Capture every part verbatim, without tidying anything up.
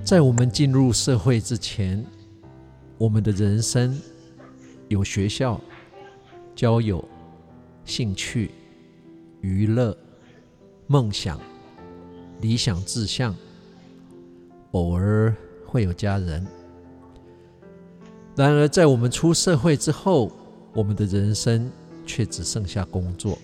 在我们进入社会之前，我们的人生有学校、交友、兴趣、娱乐、梦想、理想志向，偶尔会有家人。然而在我们出社会之后，我们的人生却只剩下工作。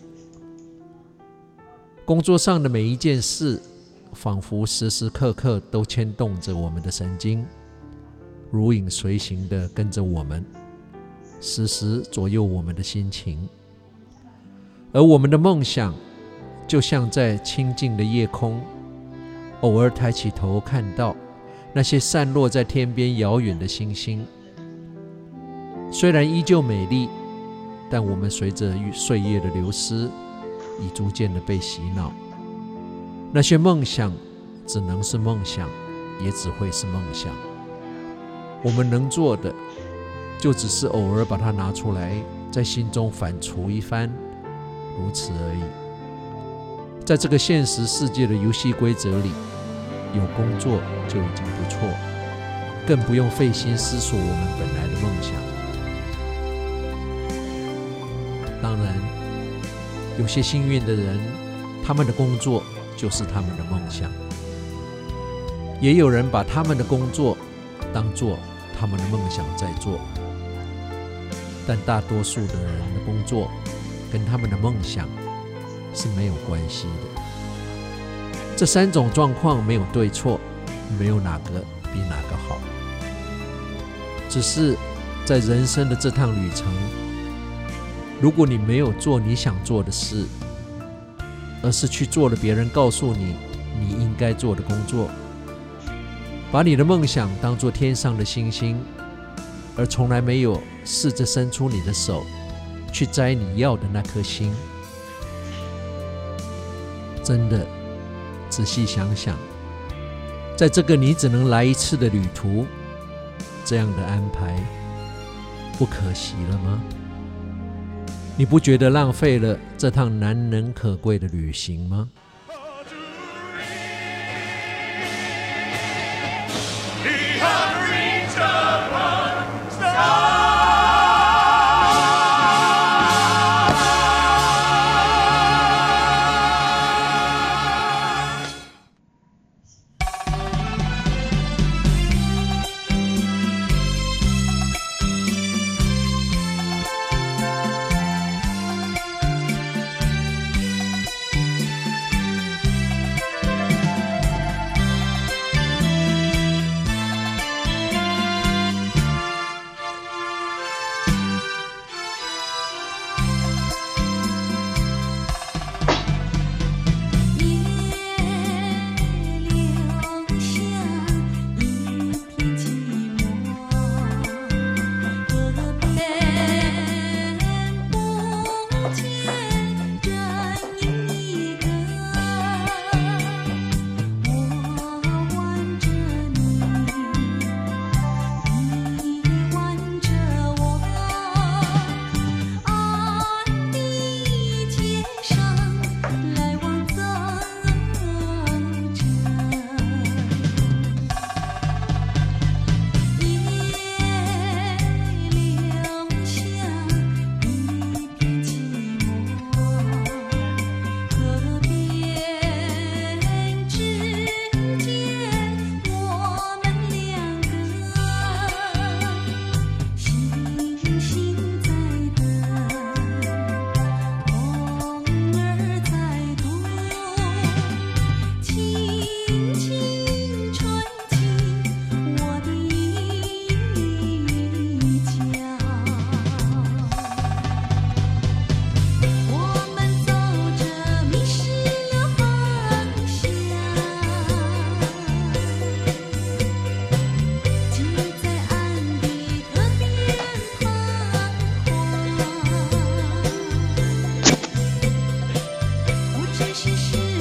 工作上的每一件事仿佛时时刻刻都牵动着我们的神经，如影随形地跟着我们，时时左右我们的心情。而我们的梦想就像在清静的夜空，偶尔抬起头看到那些散落在天边遥远的星星，虽然依旧美丽，但我们随着岁月的流失，已逐渐的被洗脑。那些梦想只能是梦想，也只会是梦想。我们能做的就只是偶尔把它拿出来，在心中反刍一番，如此而已。在这个现实世界的游戏规则里，有工作就已经不错，更不用费心思索我们本来的梦想。当然，有些幸运的人，他们的工作就是他们的梦想，也有人把他们的工作当作他们的梦想在做。但大多数的人的工作跟他们的梦想是没有关系的。这三种状况没有对错，没有哪个比哪个好，只是在人生的这趟旅程，如果你没有做你想做的事，而是去做了别人告诉你你应该做的工作，把你的梦想当作天上的星星，而从来没有试着伸出你的手去摘你要的那颗星。真的，仔细想想，在这个你只能来一次的旅途，这样的安排不可惜了吗？你不觉得浪费了这趟难能可贵的旅行吗？ 只是